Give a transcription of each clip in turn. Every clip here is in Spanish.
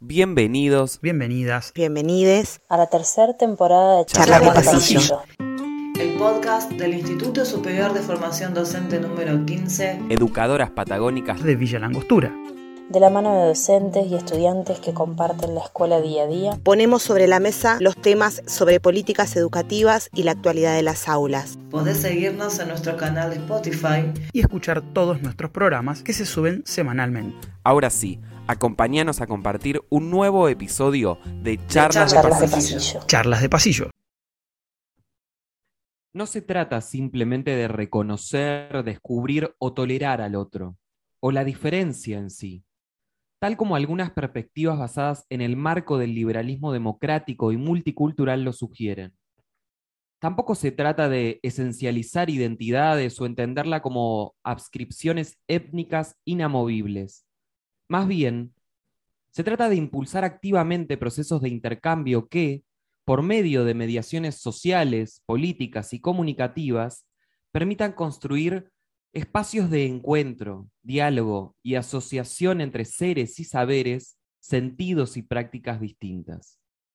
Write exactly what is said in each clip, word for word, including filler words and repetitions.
Bienvenidos, bienvenidas, bienvenides a la tercera temporada de Charlas Charlas de de Pasillo. Pasillo. El podcast del Instituto Superior de Formación Docente número quince, educadoras patagónicas de Villa Langostura. De la mano de docentes y estudiantes que comparten la escuela día a día, Ponemos sobre la mesa los temas sobre políticas educativas y la actualidad de las aulas. Podés seguirnos en nuestro canal de Spotify Y escuchar todos nuestros programas que se suben semanalmente. Ahora sí, acompáñanos a compartir un nuevo episodio de Charlas Charlas, Charlas de de Pasillo. Pasillo. Charlas de Pasillo. No se trata simplemente de reconocer, descubrir o tolerar al otro, o la diferencia en sí, tal como algunas perspectivas basadas en el marco del liberalismo democrático y multicultural lo sugieren. Tampoco se trata de esencializar identidades o entenderla como adscripciones étnicas inamovibles. Más bien, se trata de impulsar activamente procesos de intercambio que, por medio de mediaciones sociales, políticas y comunicativas, permitan construir espacios de encuentro, diálogo y asociación entre seres y saberes, sentidos y prácticas distintas.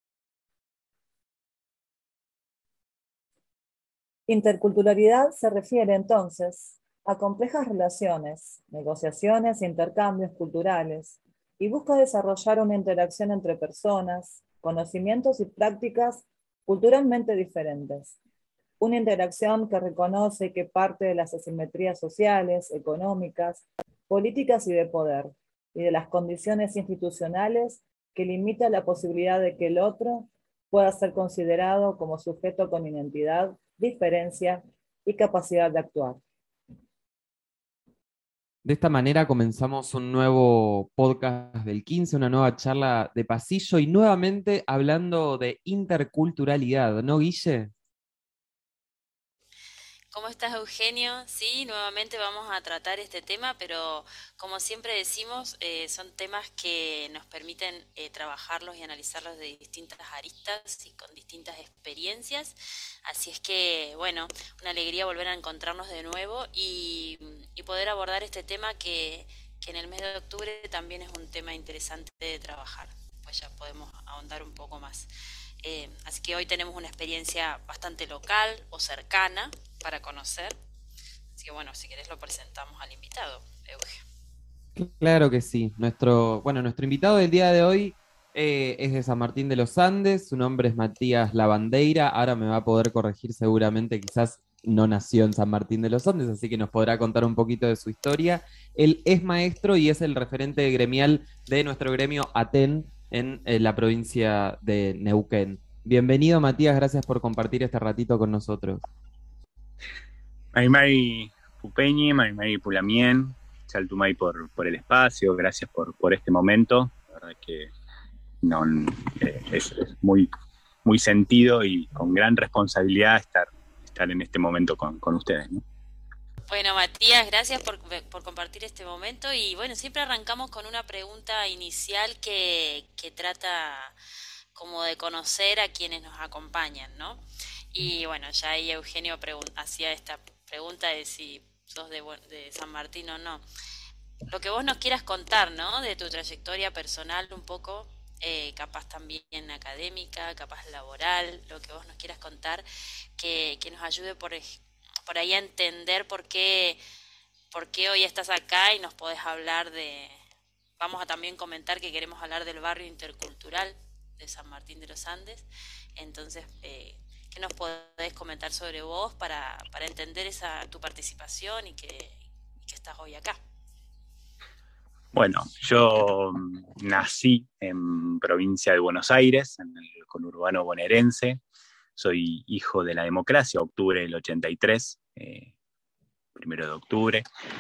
Interculturalidad se refiere entonces a complejas relaciones, negociaciones e intercambios culturales y busca desarrollar una interacción entre personas, conocimientos y prácticas culturalmente diferentes. Una interacción que reconoce que parte de las asimetrías sociales, económicas, políticas y de poder, y de las condiciones institucionales que limitan la posibilidad de que el otro pueda ser considerado como sujeto con identidad, diferencia y capacidad de actuar. De esta manera comenzamos un nuevo podcast del quince, una nueva charla de pasillo y nuevamente hablando de interculturalidad, ¿no, Guille? ¿Cómo estás, Eugenio? Sí, nuevamente vamos a tratar este tema, pero como siempre decimos, eh, son temas que nos permiten eh, trabajarlos y analizarlos de distintas aristas y con distintas experiencias. Así es que, bueno, una alegría volver a encontrarnos de nuevo y, y poder abordar este tema que, que en el mes de octubre también es un tema interesante de trabajar. Pues ya podemos ahondar un poco más. Eh, así que hoy tenemos una experiencia bastante local o cercana para conocer. Así que bueno, si querés lo presentamos al invitado, Euge. Claro que sí. Nuestro, bueno, nuestro invitado del día de hoy eh, es de San Martín de los Andes. Su nombre es Matías Lavandeira. Ahora me va a poder corregir seguramente, quizás no nació en San Martín de los Andes, así que nos podrá contar un poquito de su historia. Él es maestro y es el referente gremial de nuestro gremio ATEN en eh, la provincia de Neuquén. Bienvenido, Matías, gracias por compartir este ratito con nosotros. Mari Mari Pupeñi, Mari Mari Pulamien, Chaltumay por, por el espacio, gracias por, por este momento. La verdad que no, eh, es, es muy, muy sentido y con gran responsabilidad estar, estar en este momento con, con ustedes, ¿no? Bueno, Matías, gracias por, por compartir este momento y bueno, siempre arrancamos con una pregunta inicial que, que trata como de conocer a quienes nos acompañan, ¿no? Y bueno, ya ahí Eugenio pregun- hacía esta pregunta de si sos de, de San Martín o no. Lo que vos nos quieras contar, ¿no? De tu trayectoria personal un poco, eh, capaz también académica, capaz laboral, lo que vos nos quieras contar, que, que nos ayude por ejemplo por ahí a entender por qué, por qué hoy estás acá y nos podés hablar de... Vamos a también comentar que queremos hablar del barrio intercultural de San Martín de los Andes. Entonces, eh, ¿qué nos podés comentar sobre vos para, para entender esa tu participación y que, y que estás hoy acá? Bueno, yo nací en provincia de Buenos Aires, en el conurbano bonaerense. Soy hijo de la democracia, octubre del ochenta y tres, eh, primero de octubre.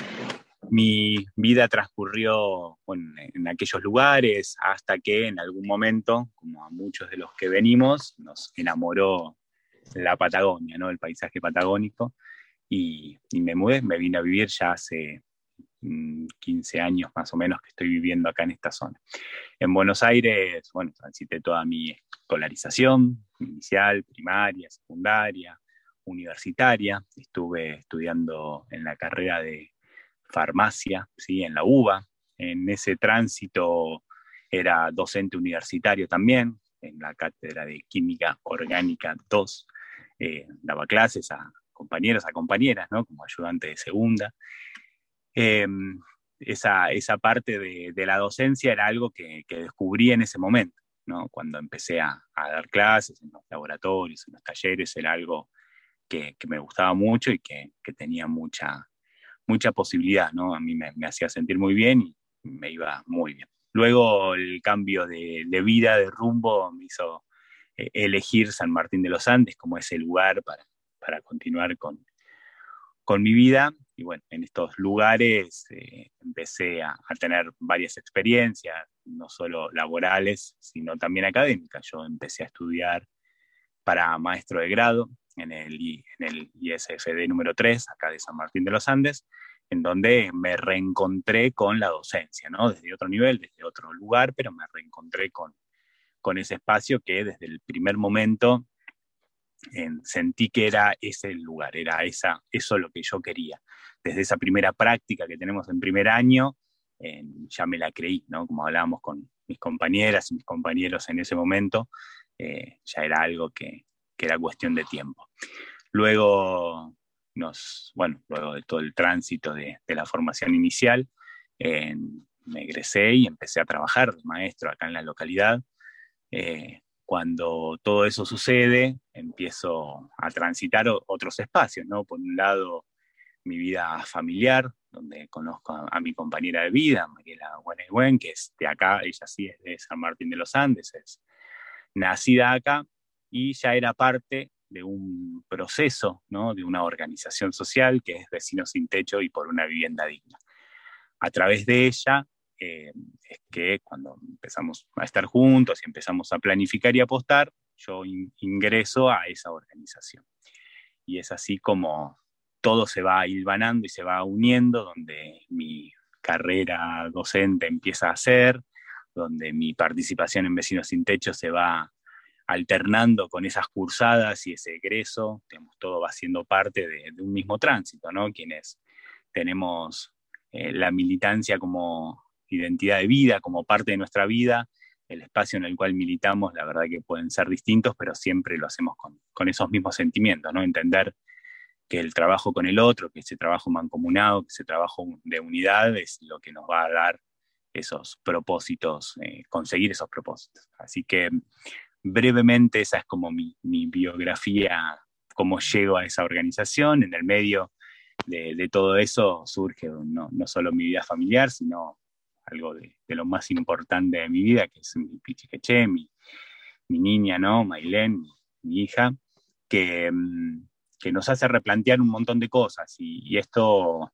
Mi vida transcurrió bueno, en aquellos lugares hasta que en algún momento, como a muchos de los que venimos, nos enamoró la Patagonia, ¿no? El paisaje patagónico, y, y me mudé, me vine a vivir ya hace mmm, quince años más o menos que estoy viviendo acá en esta zona. En Buenos Aires, bueno, transité toda mi escolarización, inicial, primaria, secundaria, universitaria. Estuve estudiando en la carrera de farmacia, ¿sí? En la UBA. En ese tránsito era docente universitario también, en la cátedra de Química Orgánica dos, eh, daba clases a compañeros, a compañeras, ¿no? Como ayudante de segunda. Eh, esa, esa parte de, de la docencia era algo que, que descubrí en ese momento, ¿no? Cuando empecé a, a dar clases en los laboratorios, en los talleres, era algo que, que me gustaba mucho y que, que tenía mucha, mucha posibilidad, ¿no? A mí me, me hacía sentir muy bien y me iba muy bien. Luego el cambio de, de vida, de rumbo, me hizo eh, elegir San Martín de los Andes como ese lugar para, para continuar con, con mi vida. Y bueno, en estos lugares eh, empecé a, a tener varias experiencias, no solo laborales, sino también académicas. Yo empecé a estudiar para maestro de grado en el, en el I S F D número tres, acá de San Martín de los Andes, en donde me reencontré con la docencia, ¿no? Desde otro nivel, desde otro lugar, pero me reencontré con, con ese espacio que desde el primer momento eh, sentí que era ese el lugar, era esa, eso lo que yo quería. Desde esa primera práctica que tenemos en primer año, eh, ya me la creí, ¿no? Como hablábamos con mis compañeras y mis compañeros en ese momento, eh, ya era algo que, que era cuestión de tiempo. Luego... Nos, bueno, luego de todo el tránsito de, de la formación inicial, eh, me egresé y empecé a trabajar de maestro acá en la localidad. Eh, cuando todo eso sucede, empiezo a transitar o, otros espacios, ¿no? Por un lado, mi vida familiar, donde conozco a, a mi compañera de vida, Mariela Guanegüen, que es de acá, ella sí es de San Martín de los Andes, es nacida acá, y ya era parte de un proceso, ¿no? De una organización social que es Vecinos Sin Techo y por una Vivienda Digna. A través de ella eh, es que cuando empezamos a estar juntos y empezamos a planificar y apostar, yo in- ingreso a esa organización. Y es así como todo se va hilvanando y se va uniendo, donde mi carrera docente empieza a ser, donde mi participación en Vecinos Sin Techo se va alternando con esas cursadas y ese egreso, digamos, todo va siendo parte de, de un mismo tránsito, ¿no? Quienes tenemos eh, la militancia como identidad de vida, como parte de nuestra vida, el espacio en el cual militamos, la verdad que pueden ser distintos, pero siempre lo hacemos con, con esos mismos sentimientos, ¿no? Entender que el trabajo con el otro, que ese trabajo mancomunado, que ese trabajo de unidad es lo que nos va a dar esos propósitos, eh, conseguir esos propósitos. Así que brevemente esa es como mi, mi biografía, cómo llego a esa organización. En el medio de, de todo eso surge no, no solo mi vida familiar, sino algo de, de lo más importante de mi vida, que es mi pichiqueché, mi, mi niña, ¿no? Mailén, mi, mi hija, que, que nos hace replantear un montón de cosas, y, y esto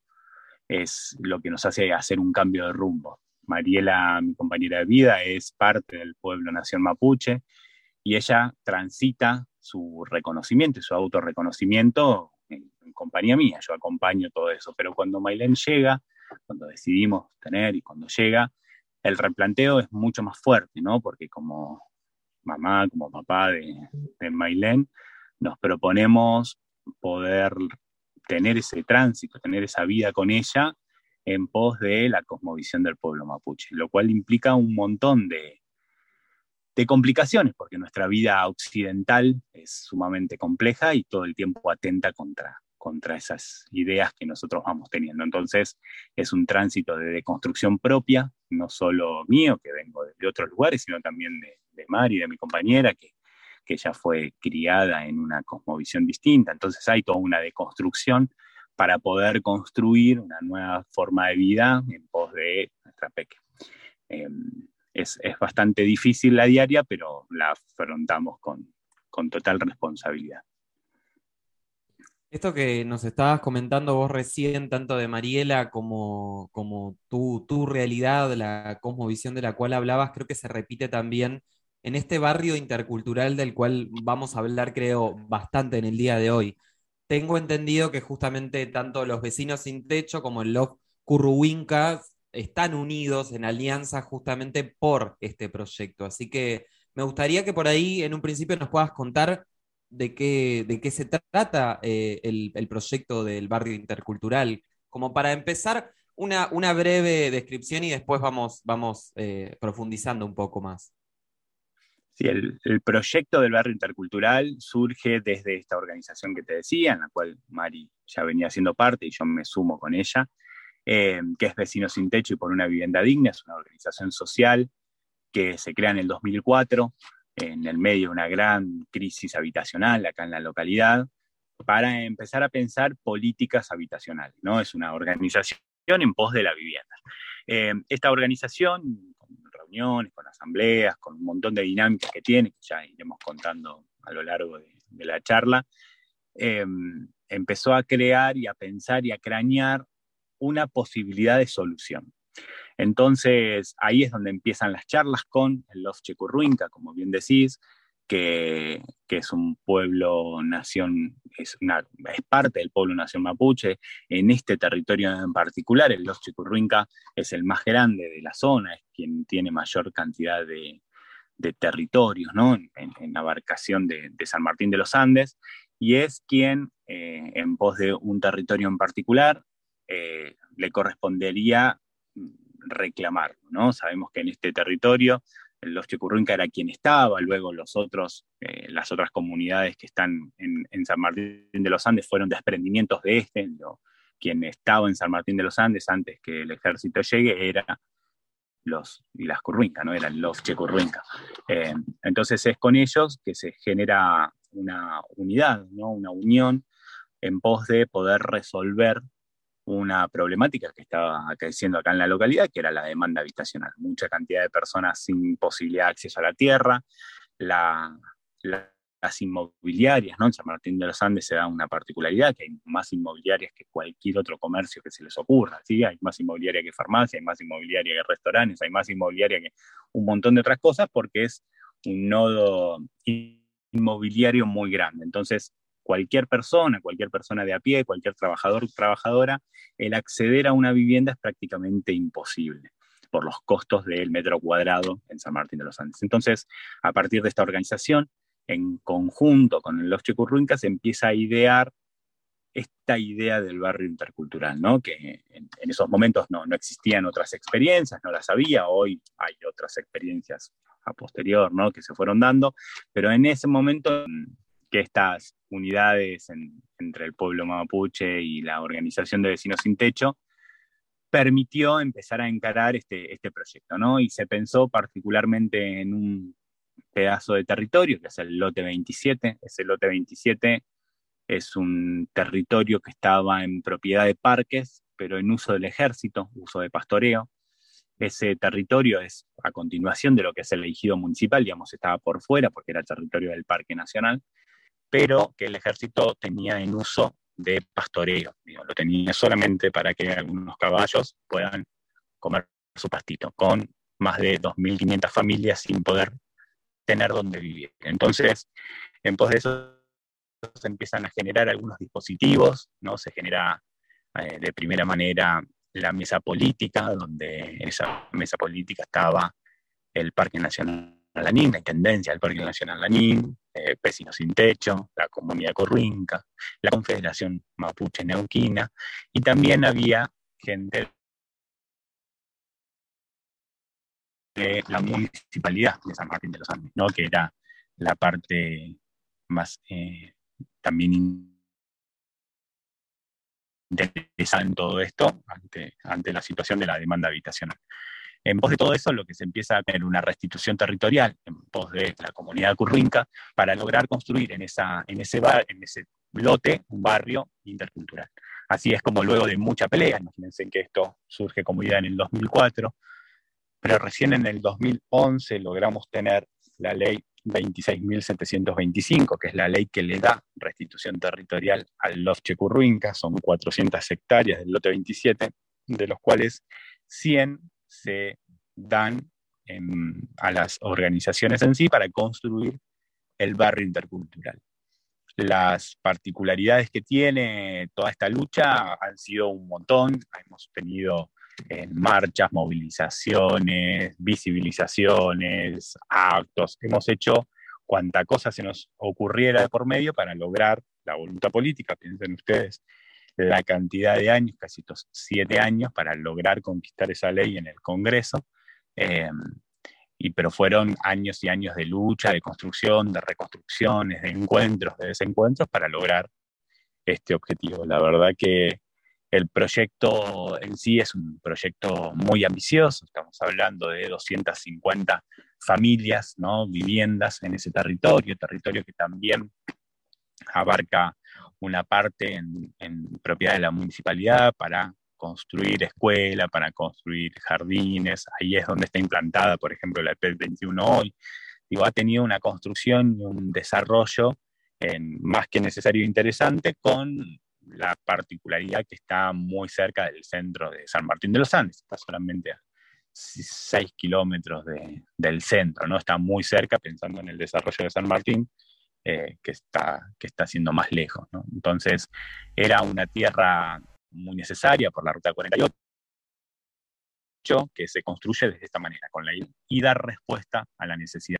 es lo que nos hace hacer un cambio de rumbo. Mariela, mi compañera de vida, es parte del pueblo nación mapuche, y ella transita su reconocimiento y su autorreconocimiento en, en compañía mía. Yo acompaño todo eso, pero cuando Mailén llega, cuando decidimos tener y cuando llega, el replanteo es mucho más fuerte, ¿no? Porque como mamá, como papá de, de Mailén, nos proponemos poder tener ese tránsito, tener esa vida con ella en pos de la cosmovisión del pueblo mapuche, lo cual implica un montón de de complicaciones, porque nuestra vida occidental es sumamente compleja y todo el tiempo atenta contra, contra esas ideas que nosotros vamos teniendo. Entonces es un tránsito de deconstrucción propia, no solo mío, que vengo de otros lugares, sino también de, de Mari, de mi compañera, que, que ella fue criada en una cosmovisión distinta. Entonces hay toda una deconstrucción para poder construir una nueva forma de vida en pos de nuestra peque. Eh, Es, es bastante difícil la diaria, pero la afrontamos con, con total responsabilidad. Esto que nos estabas comentando vos recién, tanto de Mariela como, como tu, tu realidad, la cosmovisión de la cual hablabas, creo que se repite también en este barrio intercultural del cual vamos a hablar, creo, bastante en el día de hoy. Tengo entendido que justamente tanto los Vecinos Sin Techo como el Love Curruhuinca están unidos en alianza justamente por este proyecto. Así que me gustaría que por ahí en un principio nos puedas contar de qué, de qué se trata eh, el, el proyecto del barrio intercultural, como para empezar una, una breve descripción y después vamos, vamos eh, profundizando un poco más. Sí, el, el proyecto del barrio intercultural surge desde esta organización que te decía, en la cual Mari ya venía siendo parte y yo me sumo con ella, eh, que es Vecinos Sin Techo y por una Vivienda Digna. Es una organización social que se crea en el dos mil cuatro, en el medio de una gran crisis habitacional acá en la localidad, para empezar a pensar políticas habitacionales, ¿no? Es una organización en pos de la vivienda. Eh, esta organización, con reuniones, con asambleas, con un montón de dinámicas que tiene, que ya iremos contando a lo largo de, de la charla, eh, empezó a crear y a pensar y a cranear una posibilidad de solución. Entonces, ahí es donde empiezan las charlas con el Lof Checurruinca, como bien decís, que, que es un pueblo-nación, es, una, es parte del pueblo-nación mapuche. En este territorio en particular, el Lof Checurruinca es el más grande de la zona, es quien tiene mayor cantidad de, de territorios, ¿no? en, en abarcación de, de San Martín de los Andes, y es quien, eh, en pos de un territorio en particular, eh, le correspondería reclamar, ¿no? Sabemos que en este territorio los Checurruinca era quien estaba, luego los otros, eh, las otras comunidades que están en, en San Martín de los Andes fueron desprendimientos de este. Lo, quien estaba en San Martín de los Andes antes que el ejército llegue era los y las Curruinca, ¿no? Eran los Checurruinca. Eh, entonces es con ellos que se genera una unidad, ¿no? Una unión en pos de poder resolver una problemática que estaba creciendo acá en la localidad, que era la demanda habitacional. Mucha cantidad de personas sin posibilidad de acceso a la tierra, la, la, las inmobiliarias, ¿no? En San Martín de los Andes se da una particularidad, que hay más inmobiliarias que cualquier otro comercio que se les ocurra, ¿sí? Hay más inmobiliaria que farmacia, hay más inmobiliaria que restaurantes, hay más inmobiliaria que un montón de otras cosas, porque es un nodo inmobiliario muy grande. Entonces, cualquier persona, cualquier persona de a pie, cualquier trabajador o trabajadora, el acceder a una vivienda es prácticamente imposible por los costos del metro cuadrado en San Martín de los Andes. Entonces, a partir de esta organización, en conjunto con los Checurruinca, se empieza a idear esta idea del barrio intercultural, ¿no? Que en, en esos momentos no, no existían otras experiencias, no las había. Hoy hay otras experiencias a posterior, ¿no? Que se fueron dando, pero en ese momento que estas unidades en, entre el pueblo mapuche y la organización de Vecinos Sin Techo permitió empezar a encarar este, este proyecto, ¿no? Y se pensó particularmente en un pedazo de territorio, que es el lote veintisiete. Ese lote veintisiete es un territorio que estaba en propiedad de parques, pero en uso del ejército, uso de pastoreo. Ese territorio es a continuación de lo que es el ejido municipal, digamos, estaba por fuera porque era territorio del Parque Nacional, pero que el ejército tenía en uso de pastoreo. Digo, lo tenía solamente para que algunos caballos puedan comer su pastito, con más de dos mil quinientas familias sin poder tener donde vivir. Entonces, en pos de eso, se empiezan a generar algunos dispositivos, ¿no? Se genera eh, de primera manera la mesa política, donde en esa mesa política estaba el Parque Nacional Lanín, la Intendencia del Parque Nacional Lanín, eh, Vecinos Sin Techo, la Comunidad Curruinca, la Confederación Mapuche Neuquina, y también había gente de la Municipalidad de San Martín de los Andes, ¿no? Que era la parte más eh, también interesada en todo esto ante, ante la situación de la demanda habitacional. En pos de todo eso, lo que se empieza a tener una restitución territorial en pos de la comunidad curruinca para lograr construir en, esa, en, ese bar, en ese lote un barrio intercultural. Así es como luego de mucha pelea, imagínense que esto surge como idea en el dos mil cuatro, pero recién en el dos mil once logramos tener la ley veintiséis mil setecientos veinticinco, que es la ley que le da restitución territorial al Lof Checurruinca. Son cuatrocientas hectáreas del lote veintisiete, de los cuales cien se dan en, a las organizaciones en sí para construir el barrio intercultural. Las particularidades que tiene toda esta lucha han sido un montón. Hemos tenido eh, marchas, movilizaciones, visibilizaciones, actos. Hemos hecho cuanta cosa se nos ocurriera de por medio para lograr la voluntad política. Piensen ustedes la cantidad de años, casi estos siete años, para lograr conquistar esa ley en el Congreso. Eh, y, pero fueron años y años de lucha, de construcción, de reconstrucciones, de encuentros, de desencuentros para lograr este objetivo. La verdad que el proyecto en sí es un proyecto muy ambicioso. Estamos hablando de doscientas cincuenta familias, ¿no? Viviendas en ese territorio, territorio que también abarca una parte en, en propiedad de la municipalidad para construir escuela, para construir jardines. Ahí es donde está implantada, por ejemplo, la E P E veintiuno hoy. Digo, ha tenido una construcción y un desarrollo en, más que necesario e interesante, con la particularidad que está muy cerca del centro de San Martín de los Andes. Está solamente a seis kilómetros de, del centro, ¿no? Está muy cerca, pensando en el desarrollo de San Martín, eh, que, está, que está siendo más lejos, ¿no? Entonces, era una tierra muy necesaria por la Ruta cuarenta y ocho, que se construye de esta manera, con la y dar respuesta a la necesidad.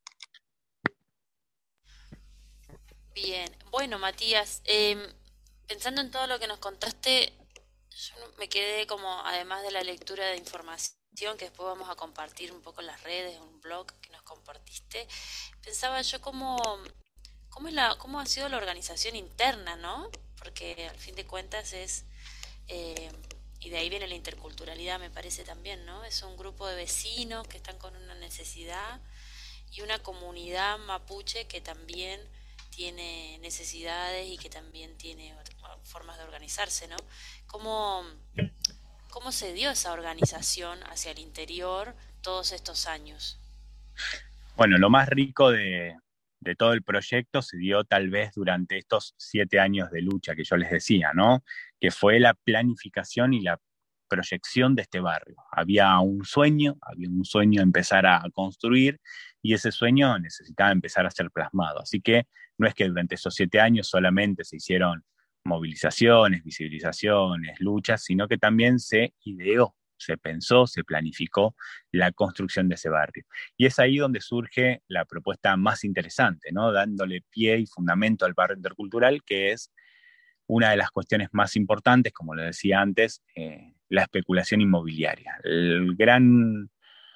Bien, bueno, Matías, eh, pensando en todo lo que nos contaste, yo me quedé como, además de la lectura de información, que después vamos a compartir un poco en las redes, un blog que nos compartiste, pensaba yo cómo, cómo, es la, cómo ha sido la organización interna, ¿no? Porque al fin de cuentas es, eh, y de ahí viene la interculturalidad, me parece también, ¿no? Es un grupo de vecinos que están con una necesidad y una comunidad mapuche que también tiene necesidades y que también tiene formas de organizarse, ¿no? ¿Cómo, cómo se dio esa organización hacia el interior todos estos años? Bueno, lo más rico de, de todo el proyecto se dio tal vez durante estos siete años de lucha que yo les decía, ¿no? Que fue la planificación y la proyección de este barrio. Había un sueño, había un sueño de empezar a construir, y ese sueño necesitaba empezar a ser plasmado. Así que no es que durante esos siete años solamente se hicieron movilizaciones, visibilizaciones, luchas, sino que también se ideó, se pensó, se planificó la construcción de ese barrio. Y es ahí donde surge la propuesta más interesante, ¿no? Dándole pie y fundamento al barrio intercultural, que es una de las cuestiones más importantes, como lo decía antes, eh, la especulación inmobiliaria. El gran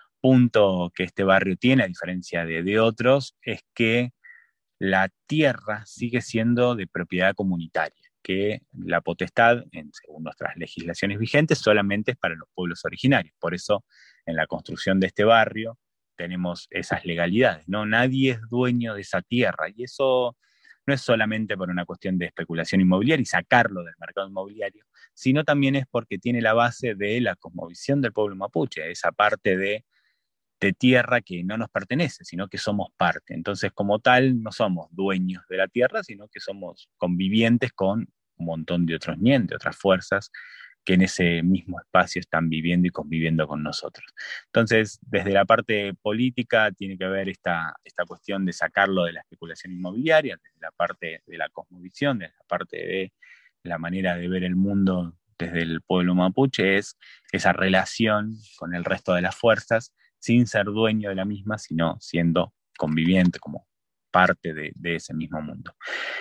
punto que este barrio tiene, a diferencia de, de otros, es que la tierra sigue siendo de propiedad comunitaria, que la potestad, en, según nuestras legislaciones vigentes, solamente es para los pueblos originarios. Por eso, en la construcción de este barrio, tenemos esas legalidades, ¿no? Nadie es dueño de esa tierra, y eso no es solamente por una cuestión de especulación inmobiliaria y sacarlo del mercado inmobiliario, sino también es porque tiene la base de la cosmovisión del pueblo mapuche, esa parte de de tierra que no nos pertenece, sino que somos parte. Entonces, como tal, no somos dueños de la tierra, sino que somos convivientes con un montón de otros nientes, otras fuerzas que en ese mismo espacio están viviendo y conviviendo con nosotros. Entonces, desde la parte política tiene que ver esta, esta cuestión de sacarlo de la especulación inmobiliaria, desde la parte de la cosmovisión, desde la parte de la manera de ver el mundo desde el pueblo mapuche, es esa relación con el resto de las fuerzas, sin ser dueño de la misma, sino siendo conviviente como parte de, de ese mismo mundo.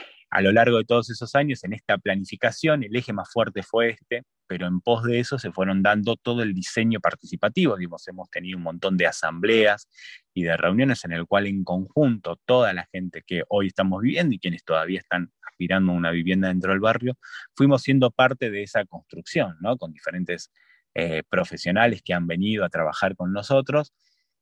A lo largo de todos esos años, en esta planificación, el eje más fuerte fue este, pero en pos de eso se fueron dando todo el diseño participativo. Digamos, hemos tenido un montón de asambleas y de reuniones en el cual en conjunto toda la gente que hoy estamos viviendo y quienes todavía están aspirando a una vivienda dentro del barrio, fuimos siendo parte de esa construcción, ¿no? Con diferentes Eh, profesionales que han venido a trabajar con nosotros,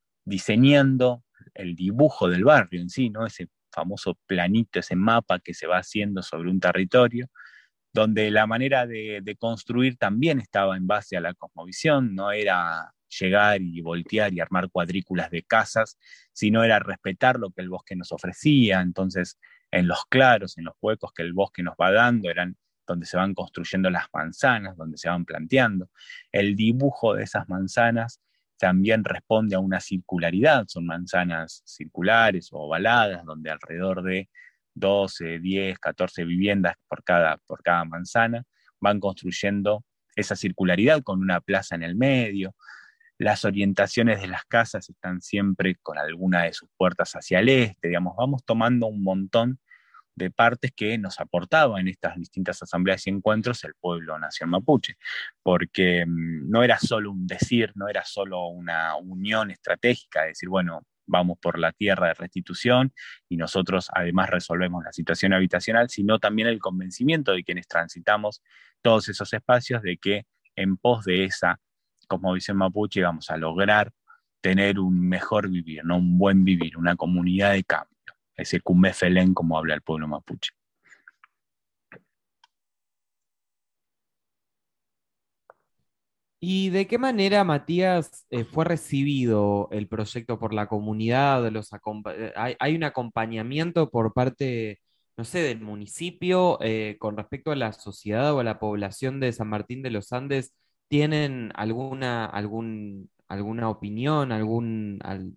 diseñando el dibujo del barrio en sí, ¿no? Ese famoso planito, ese mapa que se va haciendo sobre un territorio, donde la manera de, de construir también estaba en base a la cosmovisión, no era llegar y voltear y armar cuadrículas de casas, sino era respetar lo que el bosque nos ofrecía. Entonces, en los claros, en los huecos que el bosque nos va dando, eran donde se van construyendo las manzanas, donde se van planteando. El dibujo de esas manzanas también responde a una circularidad, son manzanas circulares o ovaladas, donde alrededor de doce, diez, catorce viviendas por cada, por cada manzana van construyendo esa circularidad con una plaza en el medio. Las orientaciones de las casas están siempre con alguna de sus puertas hacia el este, digamos, vamos tomando un montón de partes que nos aportaba en estas distintas asambleas y encuentros el pueblo nación mapuche, porque mm, no era solo un decir, no era solo una unión estratégica, de decir, bueno, vamos por la tierra de restitución y nosotros además resolvemos la situación habitacional, sino también el convencimiento de quienes transitamos todos esos espacios de que en pos de esa cosmovisión mapuche vamos a lograr tener un mejor vivir, ¿no? Un buen vivir, una comunidad de cambio, ese Cumbé-Felén como habla el pueblo mapuche. ¿Y de qué manera, Matías, eh, fue recibido el proyecto por la comunidad? Los acompa- eh, ¿hay, hay un acompañamiento por parte, no sé, del municipio eh, con respecto a la sociedad o a la población de San Martín de los Andes? ¿Tienen alguna, algún, alguna opinión, algún, al-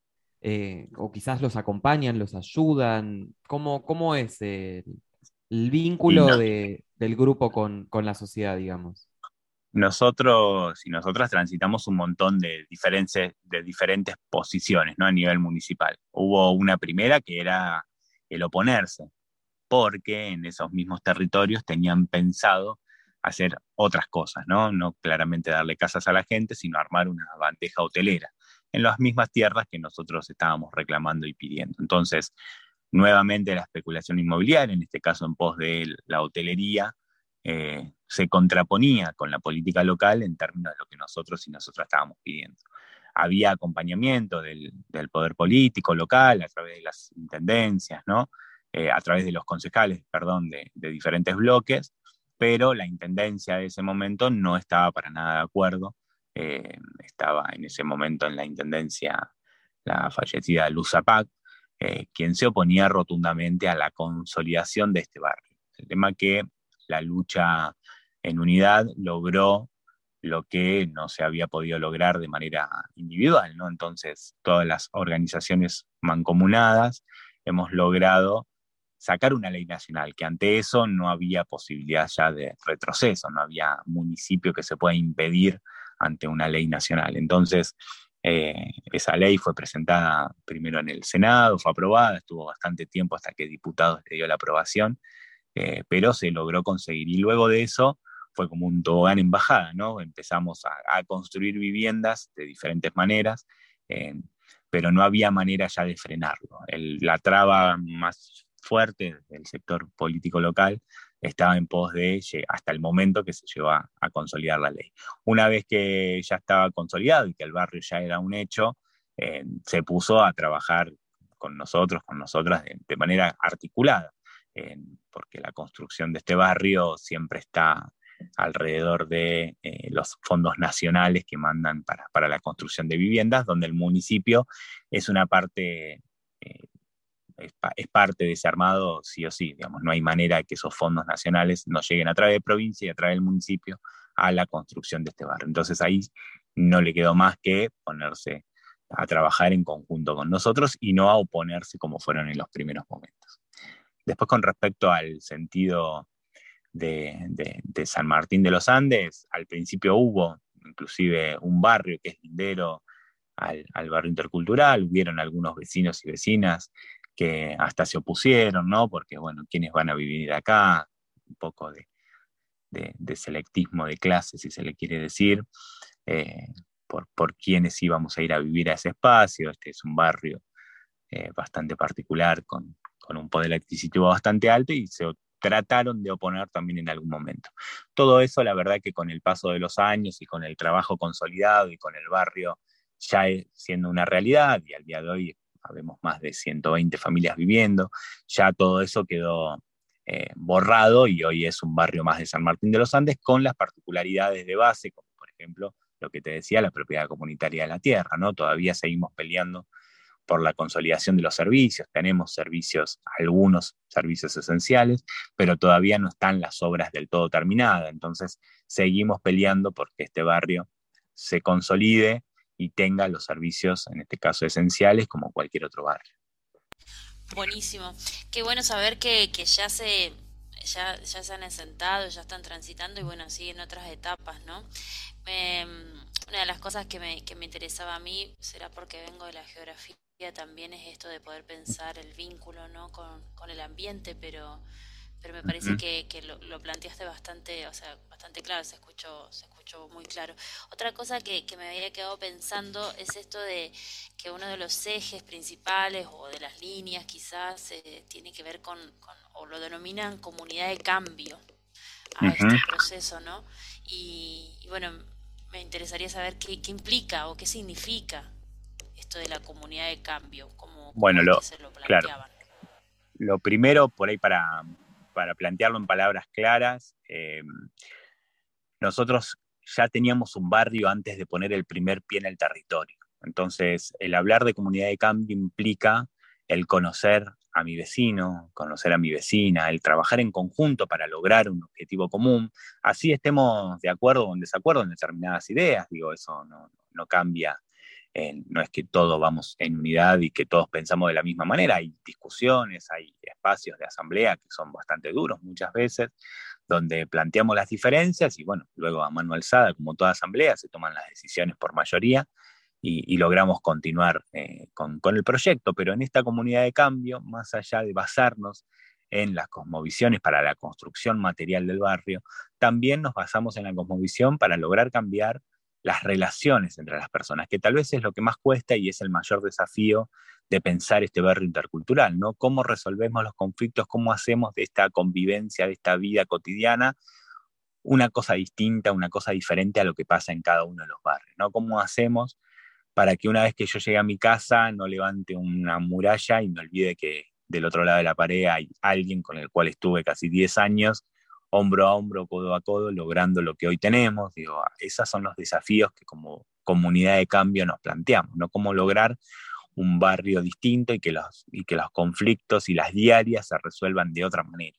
eh, o quizás los acompañan, los ayudan? ¿Cómo, cómo es el, el Y vínculo no, de- del grupo con, con la sociedad, digamos? nosotros y nosotras transitamos un montón de diferentes, de diferentes posiciones, ¿no? A nivel municipal. Hubo una primera que era el oponerse, porque en esos mismos territorios tenían pensado hacer otras cosas, ¿no? No claramente darle casas a la gente, sino armar una bandeja hotelera en las mismas tierras que nosotros estábamos reclamando y pidiendo. Entonces, nuevamente la especulación inmobiliaria, en este caso en pos de la hotelería, eh, se contraponía con la política local en términos de lo que nosotros y nosotras estábamos pidiendo. Había acompañamiento del, del poder político local a través de las intendencias, ¿no? Eh, a través de los concejales, perdón, de, de diferentes bloques, pero la intendencia de ese momento no estaba para nada de acuerdo. Eh, estaba en ese momento en la intendencia la fallecida Luz Zapac, eh, quien se oponía rotundamente a la consolidación de este barrio. El tema que la lucha en unidad logró lo que no se había podido lograr de manera individual, ¿no? Entonces, todas las organizaciones mancomunadas hemos logrado sacar una ley nacional, que ante eso no había posibilidad ya de retroceso, no había municipio que se pueda impedir ante una ley nacional. Entonces, eh, esa ley fue presentada primero en el Senado, fue aprobada, estuvo bastante tiempo hasta que diputados le dio la aprobación, eh, pero se logró conseguir. Y luego de eso fue como un tobogán en bajada, ¿no? Empezamos a, a construir viviendas de diferentes maneras, eh, pero no había manera ya de frenarlo. El, la traba más fuerte del sector político local estaba en pos de, hasta el momento que se llegó a, a consolidar la ley. Una vez que ya estaba consolidado y que el barrio ya era un hecho, eh, se puso a trabajar con nosotros, con nosotras, de, de manera articulada, eh, porque la construcción de este barrio siempre está alrededor de eh, los fondos nacionales que mandan para, para la construcción de viviendas, donde el municipio es una parte, eh, es, es parte de ese armado sí o sí, digamos, no hay manera de que esos fondos nacionales no lleguen a través de provincia y a través del municipio a la construcción de este barrio. Entonces ahí no le quedó más que ponerse a trabajar en conjunto con nosotros y no a oponerse como fueron en los primeros momentos. Después, con respecto al sentido De, de, de San Martín de los Andes, al principio hubo inclusive un barrio que es lindero al, al barrio intercultural, hubieron algunos vecinos y vecinas que hasta se opusieron, ¿no? Porque, bueno, ¿quiénes van a vivir acá? Un poco de, de, de selectismo de clase, si se le quiere decir, eh, por, por quiénes íbamos a ir a vivir a ese espacio. Este es un barrio eh, bastante particular, con, con un poder adquisitivo bastante alto, y se trataron de oponer también en algún momento. Todo eso, la verdad que con el paso de los años y con el trabajo consolidado y con el barrio ya siendo una realidad, y al día de hoy habemos más de ciento veinte familias viviendo, ya todo eso quedó eh, borrado y hoy es un barrio más de San Martín de los Andes con las particularidades de base, como por ejemplo lo que te decía, la propiedad comunitaria de la tierra, ¿no? Todavía seguimos peleando por la consolidación de los servicios, tenemos servicios, algunos servicios esenciales, pero todavía no están las obras del todo terminadas, entonces seguimos peleando porque este barrio se consolide y tenga los servicios, en este caso esenciales, como cualquier otro barrio. Buenísimo, qué bueno saber que, que ya se ya, ya se han asentado, ya están transitando y bueno, siguen otras etapas, ¿no? Eh, una de las cosas que me, que me interesaba a mí, será porque vengo de la geografía, también es esto de poder pensar el vínculo, ¿no? con, con el ambiente, pero pero me parece Ujú. que, que lo, lo planteaste bastante, o sea, bastante claro, se escuchó, se escuchó muy claro. Otra cosa que, que me había quedado pensando es esto de que uno de los ejes principales o de las líneas quizás eh, tiene que ver con, con, o lo denominan comunidad de cambio a Ujú. este proceso, ¿no? Y, y bueno, me interesaría saber qué, qué implica o qué significa esto de la comunidad de cambio, cómo, cómo Bueno, es lo, que se lo claro, planteaban. lo primero, por ahí para, para plantearlo en palabras claras, eh, nosotros ya teníamos un barrio antes de poner el primer pie en el territorio. Entonces, el hablar de comunidad de cambio implica el conocer a mi vecino, conocer a mi vecina, el trabajar en conjunto para lograr un objetivo común, así estemos de acuerdo o en desacuerdo en determinadas ideas, digo, eso no, no cambia, eh, no es que todos vamos en unidad y que todos pensamos de la misma manera, hay discusiones, hay espacios de asamblea que son bastante duros muchas veces, donde planteamos las diferencias y bueno, luego a mano alzada, como toda asamblea, se toman las decisiones por mayoría y, y logramos continuar eh, con, con el proyecto, pero en esta comunidad de cambio, más allá de basarnos en las cosmovisiones para la construcción material del barrio, también nos basamos en la cosmovisión para lograr cambiar las relaciones entre las personas, que tal vez es lo que más cuesta y es el mayor desafío de pensar este barrio intercultural, ¿no? Cómo resolvemos los conflictos, cómo hacemos de esta convivencia, de esta vida cotidiana, una cosa distinta, una cosa diferente a lo que pasa en cada uno de los barrios, ¿no? ¿Cómo hacemos para que una vez que yo llegue a mi casa no levante una muralla y me olvide que del otro lado de la pared hay alguien con el cual estuve casi diez años, hombro a hombro, codo a codo, logrando lo que hoy tenemos? Digo, esos son los desafíos que como comunidad de cambio nos planteamos, ¿no? Cómo lograr un barrio distinto y que los, y que los conflictos y las diarias se resuelvan de otra manera.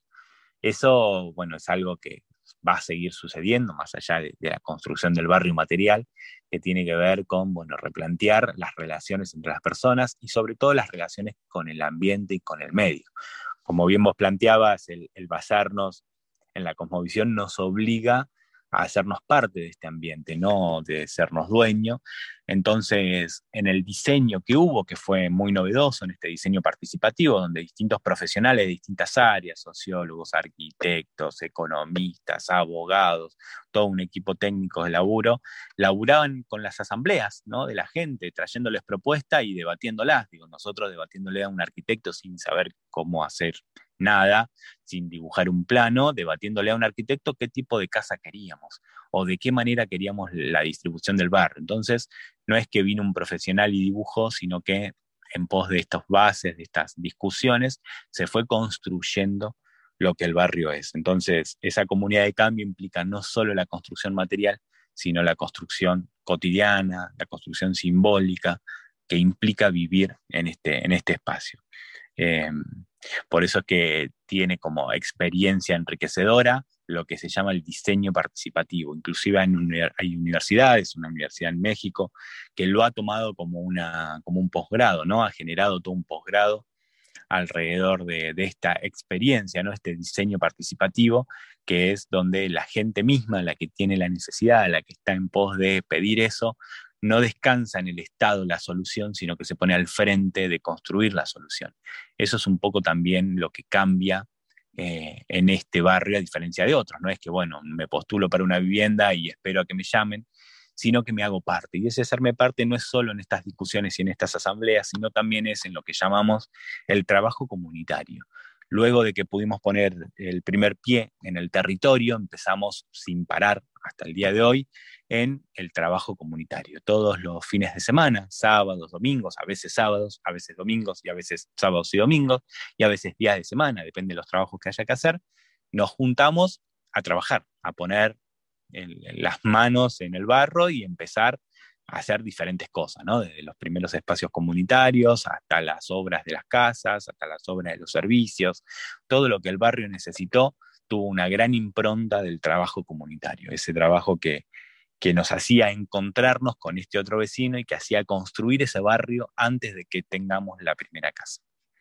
Eso, bueno, es algo que va a seguir sucediendo, más allá de, de la construcción del barrio material, que tiene que ver con, bueno, replantear las relaciones entre las personas y sobre todo las relaciones con el ambiente y con el medio. Como bien vos planteabas, el, el basarnos en la cosmovisión nos obliga a hacernos parte de este ambiente, no de sernos dueños. Entonces, en el diseño que hubo, que fue muy novedoso, en este diseño participativo, donde distintos profesionales de distintas áreas, sociólogos, arquitectos, economistas, abogados, todo un equipo técnico de laburo, laburaban con las asambleas, ¿no?, de la gente, trayéndoles propuestas y debatiéndolas. Digo, nosotros debatiéndole a un arquitecto sin saber cómo hacer nada, sin dibujar un plano, debatiéndole a un arquitecto qué tipo de casa queríamos o de qué manera queríamos la distribución del barrio. Entonces, no es que vino un profesional y dibujó, sino que en pos de estas bases, de estas discusiones, se fue construyendo lo que el barrio es. Entonces, esa comunidad de cambio implica no solo la construcción material, sino la construcción cotidiana, la construcción simbólica, que implica vivir en este, en este espacio. Eh, por eso es que tiene como experiencia enriquecedora lo que se llama el diseño participativo. Inclusive hay, hay universidades, una universidad en México, que lo ha tomado como, una, como un posgrado, ¿no? Ha generado todo un posgrado alrededor de, de esta experiencia, ¿no? Este diseño participativo, que es donde la gente misma, la que tiene la necesidad, la que está en pos de pedir eso, no descansa en el Estado la solución, sino que se pone al frente de construir la solución. Eso es un poco también lo que cambia eh, en este barrio, a diferencia de otros. No es que, bueno, me postulo para una vivienda y espero a que me llamen, sino que me hago parte. Y ese hacerme parte no es solo en estas discusiones y en estas asambleas, sino también es en lo que llamamos el trabajo comunitario. Luego de que pudimos poner el primer pie en el territorio, empezamos sin parar hasta el día de hoy en el trabajo comunitario. Todos los fines de semana, sábados, domingos, a veces sábados, a veces domingos y a veces sábados y domingos y a veces días de semana, depende de los trabajos que haya que hacer, nos juntamos a trabajar, a poner el, las manos en el barro y empezar a hacer diferentes cosas, ¿no? Desde los primeros espacios comunitarios hasta las obras de las casas, hasta las obras de los servicios, todo lo que el barrio necesitó tuvo una gran impronta del trabajo comunitario, ese trabajo que, que nos hacía encontrarnos con este otro vecino y que hacía construir ese barrio antes de que tengamos la primera casa.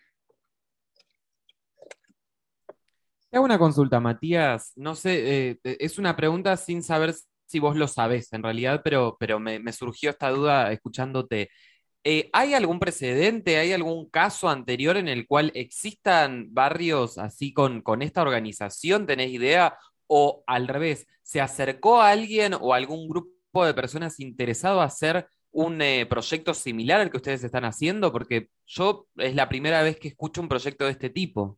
Te hago una consulta, Matías. No sé, eh, es una pregunta sin saber si vos lo sabés en realidad, pero, pero me, me surgió esta duda escuchándote. Eh, ¿hay algún precedente, hay algún caso anterior en el cual existan barrios así con, con esta organización? ¿Tenés idea? O al revés, ¿se acercó a alguien o algún grupo de personas interesado a hacer un eh, proyecto similar al que ustedes están haciendo? Porque yo es la primera vez que escucho un proyecto de este tipo.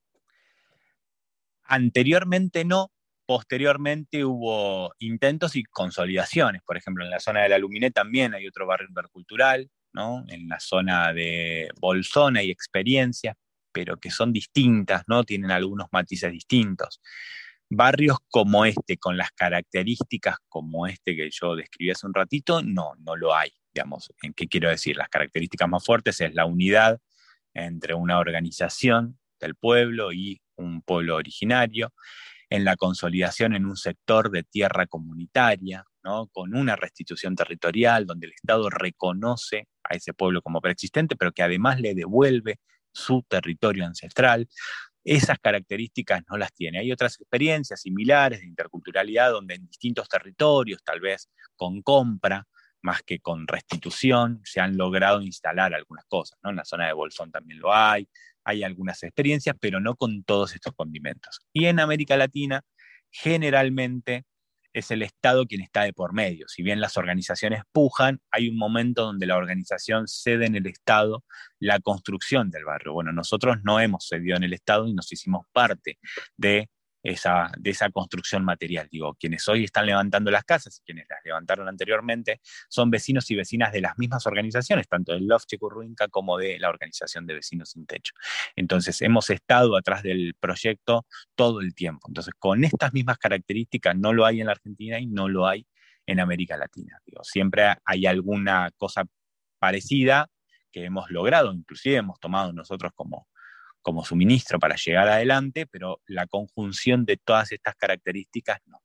Anteriormente no, posteriormente hubo intentos y consolidaciones. Por ejemplo, en la zona de la Luminé también hay otro barrio intercultural, ¿no? En la zona de Bolsón hay experiencias, pero que son distintas, ¿no? Tienen algunos matices distintos. Barrios como este, con las características como este que yo describí hace un ratito, no, no lo hay. Digamos, ¿en qué quiero decir? Las características más fuertes es la unidad entre una organización del pueblo y un pueblo originario, en la consolidación en un sector de tierra comunitaria, ¿no? Con una restitución territorial donde el Estado reconoce a ese pueblo como preexistente, pero que además le devuelve su territorio ancestral. Esas características no las tiene. Hay otras experiencias similares de interculturalidad donde en distintos territorios, tal vez con compra, más que con restitución, se han logrado instalar algunas cosas, ¿no? En la zona de Bolsón también lo hay, hay algunas experiencias, pero no con todos estos condimentos. Y en América Latina, generalmente es el Estado quien está de por medio. Si bien las organizaciones pujan, hay un momento donde la organización cede en el Estado la construcción del barrio. Bueno, nosotros no hemos cedido en el Estado y nos hicimos parte de esa, de esa construcción material. Digo, quienes hoy están levantando las casas, quienes las levantaron anteriormente, son vecinos y vecinas de las mismas organizaciones, tanto del Loft Chicurruinca como de la Organización de Vecinos Sin Techo. Entonces, hemos estado atrás del proyecto todo el tiempo. Entonces, con estas mismas características no lo hay en la Argentina y no lo hay en América Latina. Digo, siempre hay alguna cosa parecida que hemos logrado, inclusive hemos tomado nosotros como como suministro para llegar adelante, pero la conjunción de todas estas características no.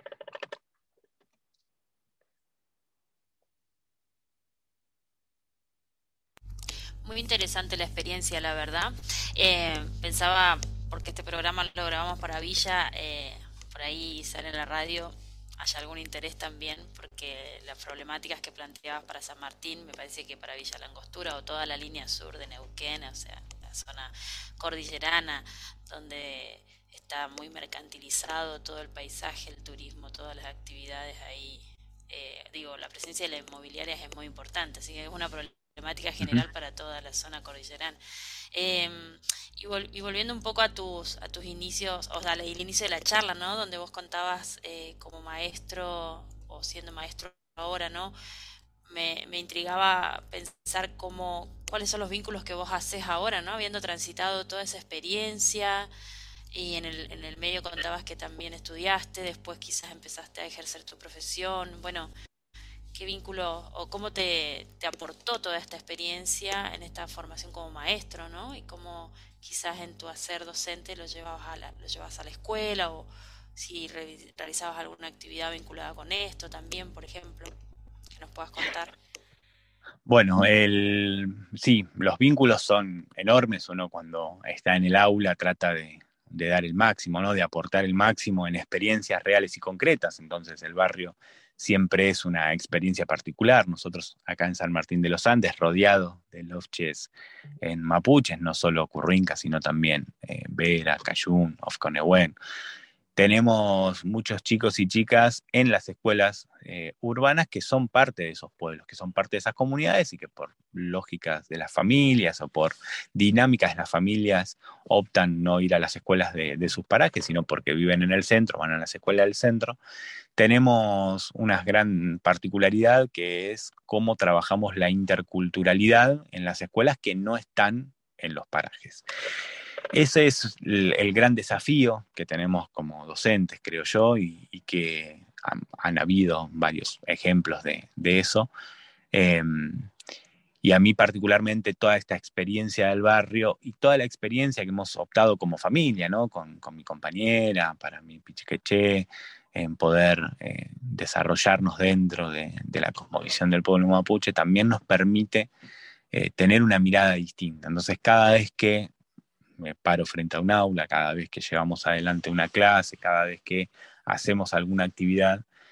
Muy interesante la experiencia, la verdad. Eh, pensaba, porque este programa lo grabamos para Villa, eh, por ahí sale en la radio, haya algún interés también, porque las problemáticas que planteabas para San Martín, me parece que para Villa La Angostura o toda la línea sur de Neuquén, o sea, la zona cordillerana, donde está muy mercantilizado todo el paisaje, el turismo, todas las actividades ahí. Eh, digo, la presencia de la inmobiliaria es muy importante, así que es una problemática general uh-huh. para toda la zona cordillerana. Eh, y, vol- y volviendo un poco a tus a tus inicios, o sea, el inicio de la charla, ¿no? Donde vos contabas eh, como maestro o siendo maestro ahora, ¿no? Me, me intrigaba pensar cómo, cuáles son los vínculos que vos haces ahora, ¿no? Habiendo transitado toda esa experiencia y en el, en el medio contabas que también estudiaste, después quizás empezaste a ejercer tu profesión. Bueno, ¿qué vínculo o cómo te, te aportó toda esta experiencia en esta formación como maestro, ¿no? Y cómo quizás en tu hacer docente lo llevabas a la, lo llevabas a la escuela o si re, realizabas alguna actividad vinculada con esto también, por ejemplo. Nos puedas contar. Bueno, el, sí, los vínculos son enormes. Uno cuando está en el aula trata de, de dar el máximo, ¿no? De aportar el máximo en experiencias reales y concretas. Entonces el barrio siempre es una experiencia particular. Nosotros acá en San Martín de los Andes, rodeado de lofches en mapuches, no solo Currinca, sino también eh, Vera, Cayún, Ofconehuen. Tenemos muchos chicos y chicas en las escuelas eh, urbanas que son parte de esos pueblos, que son parte de esas comunidades y que por lógicas de las familias o por dinámicas de las familias optan no ir a las escuelas de, de sus parajes, sino porque viven en el centro, van a las escuelas del centro. Tenemos una gran particularidad que es cómo trabajamos la interculturalidad en las escuelas que no están en los parajes. Ese es el, el gran desafío que tenemos como docentes, creo yo, y, y que han, han habido varios ejemplos de, de eso. Eh, y a mí particularmente toda esta experiencia del barrio y toda la experiencia que hemos optado como familia, ¿no? Con, con mi compañera, para mi pichiqueché, en poder eh, desarrollarnos dentro de, de la cosmovisión del pueblo mapuche, también nos permite eh, tener una mirada distinta. Entonces, cada vez que me paro frente a un aula, cada vez que llevamos adelante una clase, cada vez que hacemos alguna actividad,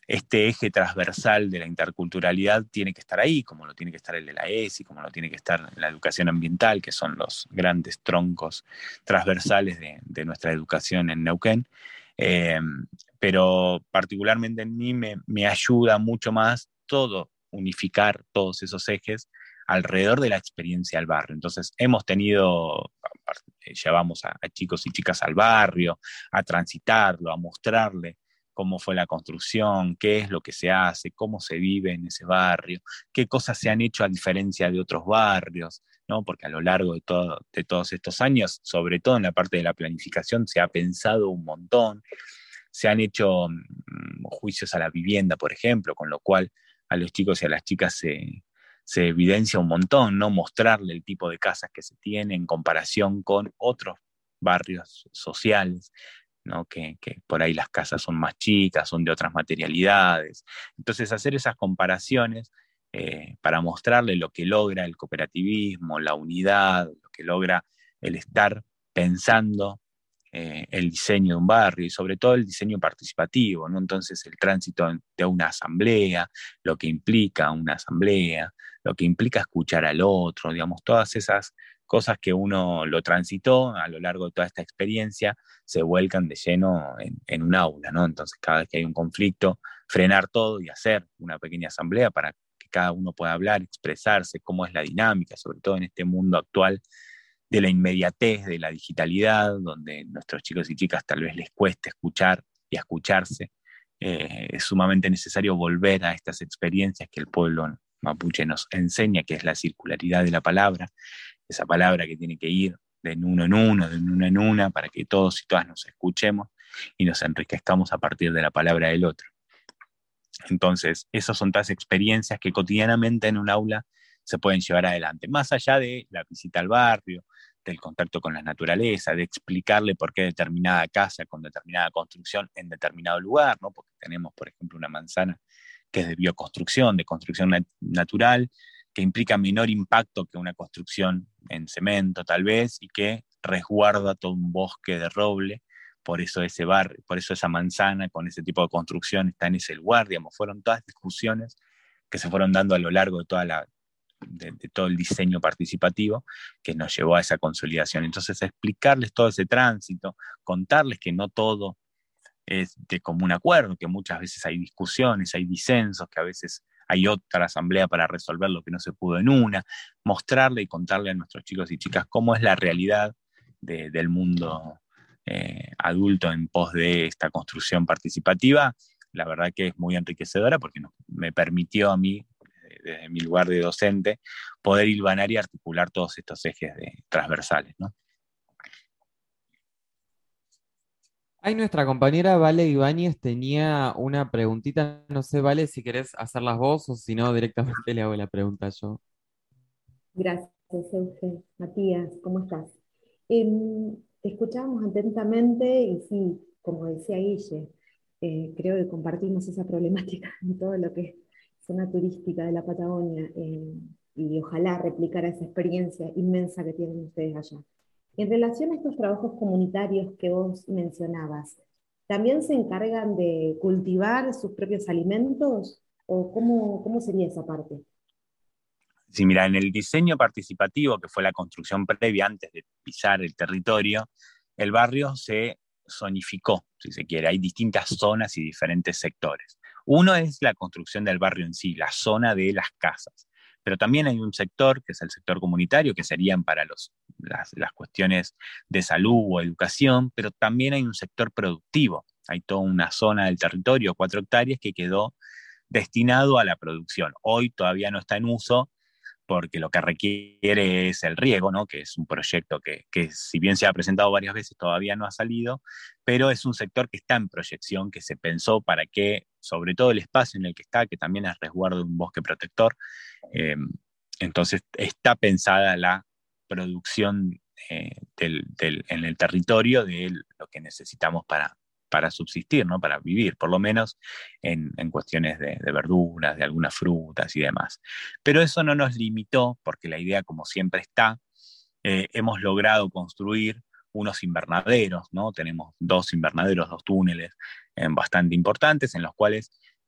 este eje transversal de la interculturalidad tiene que estar ahí, como lo tiene que estar el de la E S I, como lo tiene que estar la educación ambiental, que son los grandes troncos transversales de, de nuestra educación en Neuquén. Eh, pero particularmente en mí me, me ayuda mucho más todo, unificar todos esos ejes alrededor de la experiencia del barrio. Entonces hemos tenido, llevamos a, a chicos y chicas al barrio, a transitarlo, a mostrarle cómo fue la construcción, qué es lo que se hace, cómo se vive en ese barrio, qué cosas se han hecho a diferencia de otros barrios, ¿no? Porque a lo largo de, todo, de todos estos años, sobre todo en la parte de la planificación, se ha pensado un montón, se han hecho mmm, juicios a la vivienda, por ejemplo, con lo cual a los chicos y a las chicas se, se evidencia un montón, ¿no? Mostrarle el tipo de casas que se tienen en comparación con otros barrios sociales, ¿no? Que, que por ahí las casas son más chicas, son de otras materialidades. Entonces hacer esas comparaciones eh, para mostrarle lo que logra el cooperativismo, la unidad, lo que logra el estar pensando eh, el diseño de un barrio y sobre todo el diseño participativo, ¿no? Entonces el tránsito de una asamblea, lo que implica una asamblea, lo que implica escuchar al otro, digamos, todas esas cosas que uno lo transitó a lo largo de toda esta experiencia, se vuelcan de lleno en, en un aula, ¿no? Entonces, cada vez que hay un conflicto, frenar todo y hacer una pequeña asamblea para que cada uno pueda hablar, expresarse, cómo es la dinámica, sobre todo en este mundo actual de la inmediatez, de la digitalidad, donde nuestros chicos y chicas tal vez les cueste escuchar y escucharse. Eh, es sumamente necesario volver a estas experiencias que el pueblo mapuche nos enseña, que es la circularidad de la palabra, esa palabra que tiene que ir de uno en uno, de una en una, para que todos y todas nos escuchemos y nos enriquezcamos a partir de la palabra del otro. Entonces, esas son todas experiencias que cotidianamente en un aula se pueden llevar adelante, más allá de la visita al barrio, del contacto con la naturaleza, de explicarle por qué determinada casa con determinada construcción en determinado lugar, ¿no? Porque tenemos, por ejemplo, una manzana que es de bioconstrucción, de construcción nat- natural, que implica menor impacto que una construcción en cemento tal vez, y que resguarda todo un bosque de roble. Por eso ese barrio, por eso esa manzana con ese tipo de construcción está en ese lugar, digamos, fueron todas discusiones que se fueron dando a lo largo de, toda la, de, de todo el diseño participativo que nos llevó a esa consolidación. Entonces, explicarles todo ese tránsito, contarles que no todo es de común acuerdo, que muchas veces hay discusiones, hay disensos, que a veces hay otra asamblea para resolver lo que no se pudo en una, mostrarle y contarle a nuestros chicos y chicas cómo es la realidad de, del mundo eh, adulto en pos de esta construcción participativa. La verdad que es muy enriquecedora porque no, me permitió a mí, desde mi lugar de docente, poder hilvanar y articular todos estos ejes de, transversales, ¿no? Ahí nuestra compañera Vale Ibáñez tenía una preguntita, no sé, Vale, si querés hacerlas vos o si no, directamente le hago la pregunta yo. Gracias, Euge. Matías, ¿cómo estás? Eh, te escuchábamos atentamente y sí, como decía Guille, eh, creo que compartimos esa problemática en todo lo que es zona turística de la Patagonia eh, y ojalá replicar esa experiencia inmensa que tienen ustedes allá. En relación a estos trabajos comunitarios que vos mencionabas, ¿también se encargan de cultivar sus propios alimentos? ¿O cómo, cómo sería esa parte? Sí, mira, en el diseño participativo, que fue la construcción previa antes de pisar el territorio, el barrio se zonificó, si se quiere. Hay distintas zonas y diferentes sectores. Uno es la construcción del barrio en sí, la zona de las casas. Pero también hay un sector, que es el sector comunitario, que serían para los, las, las cuestiones de salud o educación, pero también hay un sector productivo. Hay toda una zona del territorio, cuatro hectáreas, que quedó destinado a la producción. Hoy todavía no está en uso, porque lo que requiere es el riego, ¿no? Que es un proyecto que, que si bien se ha presentado varias veces, todavía no ha salido, pero es un sector que está en proyección, que se pensó para que, sobre todo el espacio en el que está, que también es resguardo de un bosque protector, eh, entonces está pensada la producción eh, del, del, en el territorio de lo que necesitamos para, para subsistir, ¿no? Para vivir, por lo menos en, en cuestiones de, de verduras, de algunas frutas y demás. Pero eso no nos limitó, porque la idea, como siempre está, eh, hemos logrado construir unos invernaderos, ¿no? Tenemos dos invernaderos, dos túneles eh, bastante importantes, en los cuales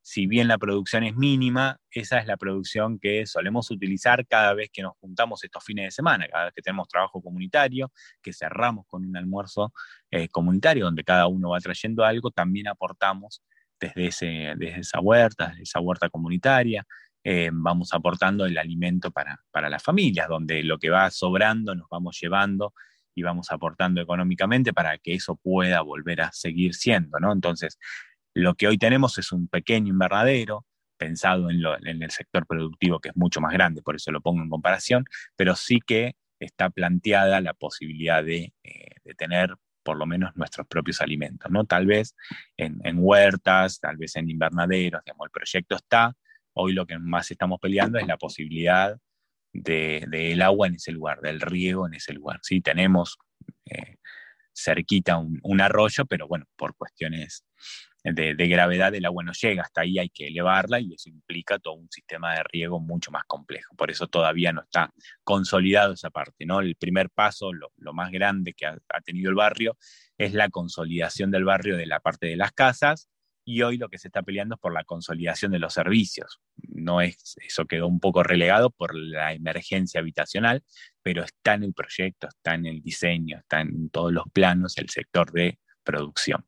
si bien la producción es mínima, esa es la producción que solemos utilizar cada vez que nos juntamos estos fines de semana, cada vez que tenemos trabajo comunitario, que cerramos con un almuerzo eh, comunitario donde cada uno va trayendo algo, también aportamos desde, ese, desde esa huerta, desde esa huerta comunitaria, eh, vamos aportando el alimento para, para las familias, donde lo que va sobrando nos vamos llevando y vamos aportando económicamente para que eso pueda volver a seguir siendo, ¿no? Entonces, lo que hoy tenemos es un pequeño invernadero pensado en, lo, en el sector productivo, que es mucho más grande, por eso lo pongo en comparación, pero sí que está planteada la posibilidad de, eh, de tener por lo menos nuestros propios alimentos, ¿no? Tal vez en, en huertas, tal vez en invernaderos, digamos, el proyecto está, hoy lo que más estamos peleando es la posibilidad del de, agua en ese lugar, del riego en ese lugar, ¿sí? Tenemos eh, cerquita un, un arroyo, pero bueno, por cuestiones De, de gravedad el agua no llega, hasta ahí hay que elevarla y eso implica todo un sistema de riego mucho más complejo, por eso todavía no está consolidado esa parte, ¿no? El primer paso, lo, lo más grande que ha, ha tenido el barrio es la consolidación del barrio de la parte de las casas, y hoy lo que se está peleando es por la consolidación de los servicios. No es, eso quedó un poco relegado por la emergencia habitacional, pero está en el proyecto, está en el diseño, está en todos los planos el sector de producción.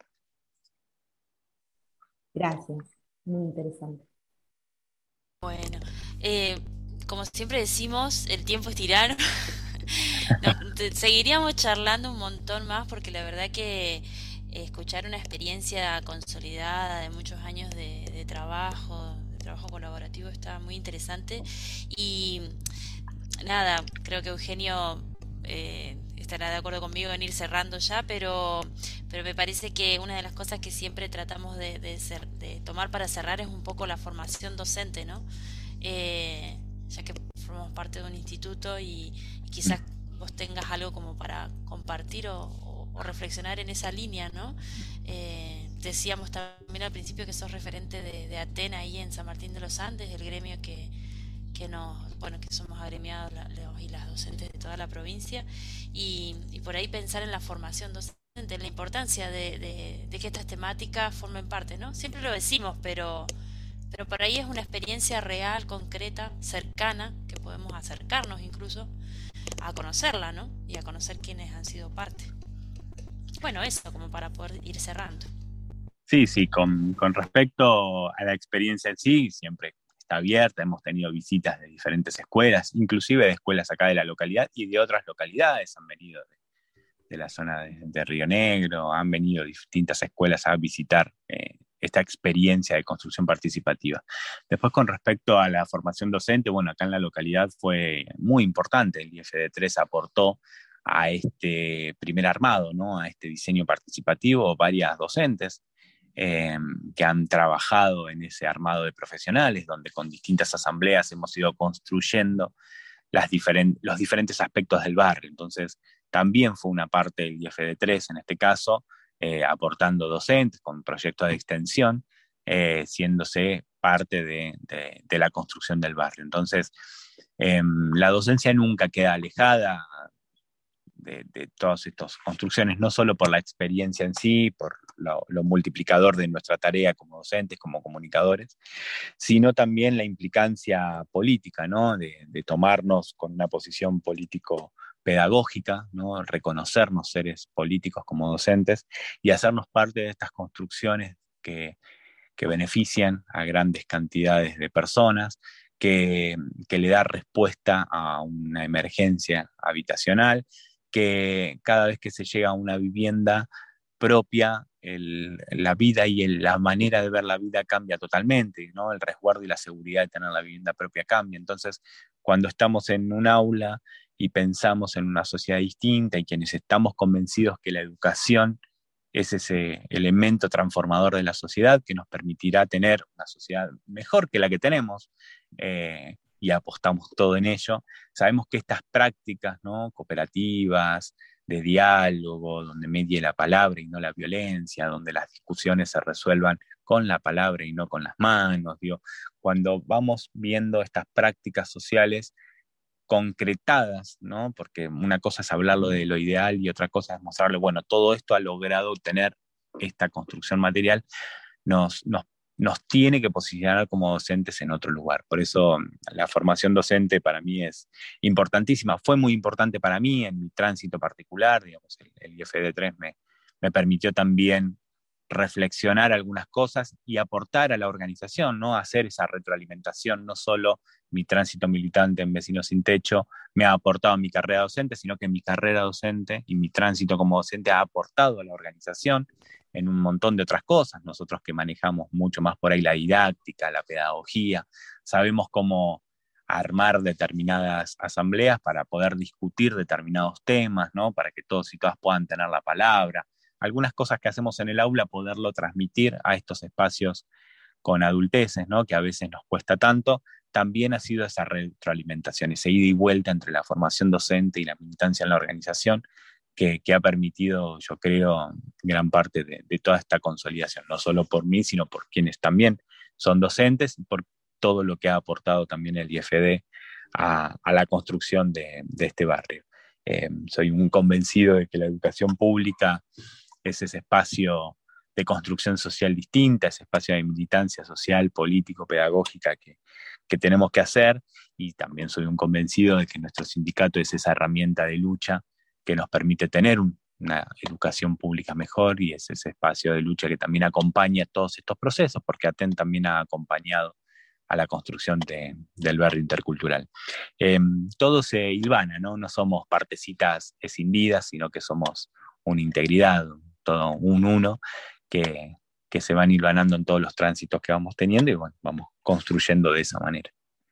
Gracias, muy interesante. Bueno, eh, como siempre decimos, el tiempo es tirano. No, te- seguiríamos charlando un montón más porque la verdad que eh, escuchar una experiencia consolidada de muchos años de, de trabajo, de trabajo colaborativo está muy interesante. Y nada, creo que Eugenio eh, estará de acuerdo conmigo en ir cerrando ya, pero, pero me parece que una de las cosas que siempre tratamos de, de, ser- de tomar para cerrar es un poco la formación docente, ¿no? Eh, ya que formamos parte de un instituto y, y quizás vos tengas algo como para compartir o, o- o reflexionar en esa línea, ¿no? Eh, decíamos también al principio que sos referente de, de Atena ahí en San Martín de los Andes, el gremio que, que nos, bueno, que somos agremiados la- los y las docentes de toda la provincia, y, y por ahí pensar en la formación docente, en la importancia de, de- de que estas temáticas formen parte, ¿no? Siempre lo decimos, pero, pero por ahí es una experiencia real, concreta, cercana, que podemos acercarnos incluso a conocerla, ¿no? Y a conocer quiénes han sido parte. Bueno, eso como para poder ir cerrando. Sí, sí, con, con respecto a la experiencia en sí, siempre está abierta, hemos tenido visitas de diferentes escuelas, inclusive de escuelas acá de la localidad y de otras localidades, han venido de, de la zona de, de Río Negro, han venido distintas escuelas a visitar eh, esta experiencia de construcción participativa. Después, con respecto a la formación docente, bueno, acá en la localidad fue muy importante, el I F D tres aportó a este primer armado, ¿no? A este diseño participativo, varias docentes eh, que han trabajado en ese armado de profesionales, donde con distintas asambleas hemos ido construyendo las diferen- los diferentes aspectos del barrio. Entonces, también fue una parte del I F D tres, en este caso, eh, aportando docentes con proyectos de extensión, eh, siéndose parte de, de- de la construcción del barrio. Entonces, eh, la docencia nunca queda alejada de, de todas estas construcciones, no solo por la experiencia en sí, por lo, lo multiplicador de nuestra tarea como docentes, como comunicadores, sino también la implicancia política, ¿no? De, de tomarnos con una posición político-pedagógica, ¿no? Reconocernos seres políticos como docentes y hacernos parte de estas construcciones que, que benefician a grandes cantidades de personas, que, que le da respuesta a una emergencia habitacional, que cada vez que se llega a una vivienda propia, el, la vida y el, la manera de ver la vida cambia totalmente, ¿no? El resguardo y la seguridad de tener la vivienda propia cambia. Entonces, cuando estamos en un aula y pensamos en una sociedad distinta y quienes estamos convencidos que la educación es ese elemento transformador de la sociedad que nos permitirá tener una sociedad mejor que la que tenemos, eh, y apostamos todo en ello, sabemos que estas prácticas, ¿no? Cooperativas, de diálogo, donde medie la palabra y no la violencia, donde las discusiones se resuelvan con la palabra y no con las manos, digo, cuando vamos viendo estas prácticas sociales concretadas, ¿no? Porque una cosa es hablarlo de lo ideal y otra cosa es mostrarle, bueno, todo esto ha logrado tener esta construcción material, nos, nos nos tiene que posicionar como docentes en otro lugar. Por eso la formación docente para mí es importantísima. Fue muy importante para mí en mi tránsito particular. Digamos, el, el I F D tres me, me permitió también reflexionar algunas cosas y aportar a la organización, ¿no? Hacer esa retroalimentación. No solo mi tránsito militante en Vecinos Sin Techo me ha aportado a mi carrera docente, sino que mi carrera docente y mi tránsito como docente ha aportado a la organización en un montón de otras cosas. Nosotros que manejamos mucho más por ahí la didáctica, la pedagogía, sabemos cómo armar determinadas asambleas para poder discutir determinados temas, ¿no? Para que todos y todas puedan tener la palabra. Algunas cosas que hacemos en el aula, poderlo transmitir a estos espacios con adulteces, ¿no? Que a veces nos cuesta tanto. También ha sido esa retroalimentación, esa ida y vuelta entre la formación docente y la militancia en la organización, que, que ha permitido, yo creo, gran parte de, de toda esta consolidación, no solo por mí, sino por quienes también son docentes y por todo lo que ha aportado también el I F D a, a la construcción de, de este barrio. Eh, soy un convencido de que la educación pública es ese espacio de construcción social distinta, ese espacio de militancia social, político, pedagógica que, que tenemos que hacer, y también soy un convencido de que nuestro sindicato es esa herramienta de lucha que nos permite tener un, una educación pública mejor, y es ese espacio de lucha que también acompaña todos estos procesos, porque ATEN también ha acompañado a la construcción de, del barrio intercultural. Eh, todo se hilvana, ¿no? No somos partecitas escindidas, sino que somos una integridad, todo un uno, que, que se van hilvanando en todos los tránsitos que vamos teniendo, y bueno, vamos construyendo de esa manera.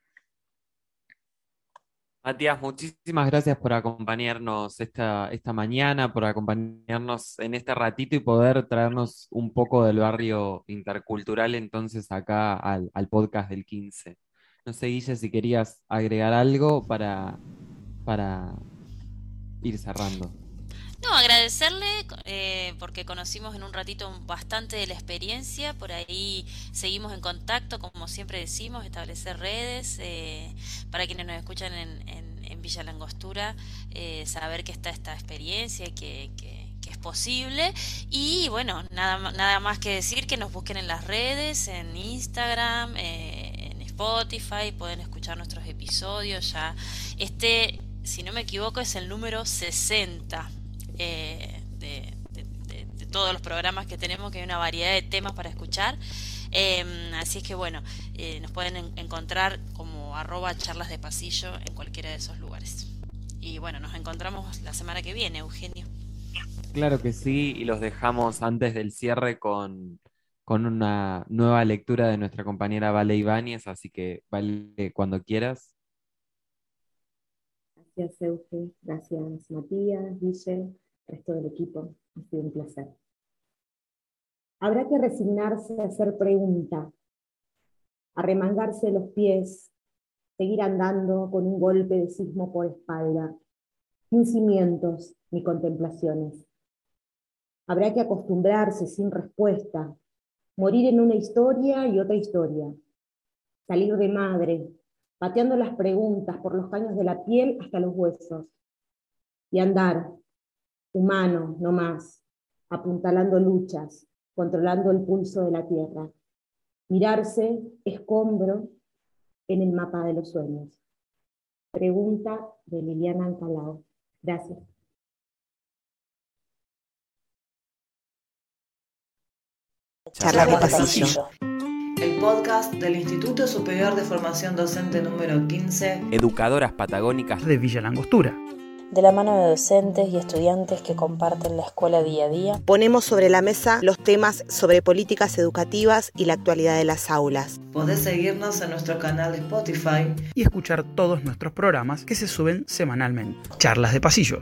Matías, muchísimas gracias por acompañarnos esta, esta mañana, por acompañarnos en este ratito y poder traernos un poco del barrio intercultural entonces acá al, al podcast del quince. No sé, Guille, si querías agregar algo para, para ir cerrando. No, agradecerle eh, porque conocimos en un ratito bastante de la experiencia. Por ahí seguimos en contacto, como siempre decimos, establecer redes eh, para quienes nos escuchan en, en, en Villa Langostura, eh, saber que está esta experiencia, que, que, que es posible. Y bueno, nada, nada más que decir que nos busquen en las redes, en Instagram, eh, en Spotify, pueden escuchar nuestros episodios ya. Este, si no me equivoco, es el número sesenta. Eh, de, de, de, de todos los programas que tenemos, que hay una variedad de temas para escuchar, eh, así es que bueno, eh, nos pueden en, encontrar como arroba charlas de pasillo en cualquiera de esos lugares. Y bueno, nos encontramos la semana que viene, Eugenio. Claro que sí, y los dejamos antes del cierre con, con una nueva lectura de nuestra compañera Vale Ibáñez, así que Vale, cuando quieras. Gracias, Euge. Gracias, Matías, Guille, resto del equipo. Ha sido un placer. Habrá que resignarse a hacer pregunta, a remangarse los pies, seguir andando con un golpe de sismo por espalda, sin cimientos ni contemplaciones. Habrá que acostumbrarse sin respuesta, morir en una historia y otra historia, salir de madre, pateando las preguntas por los caños de la piel hasta los huesos, y andar, humano, no más, apuntalando luchas, controlando el pulso de la tierra, mirarse escombro en el mapa de los sueños. Pregunta de Liliana Ancalao. Gracias. Charlas de pasillo. El podcast del Instituto Superior de Formación Docente número quince. Educadoras patagónicas de Villa Langostura. De la mano de docentes y estudiantes que comparten la escuela día a día, Ponemos sobre la mesa los temas sobre políticas educativas y la actualidad de las aulas. Podés seguirnos en nuestro canal de Spotify Y escuchar todos nuestros programas que se suben semanalmente. Charlas de pasillo.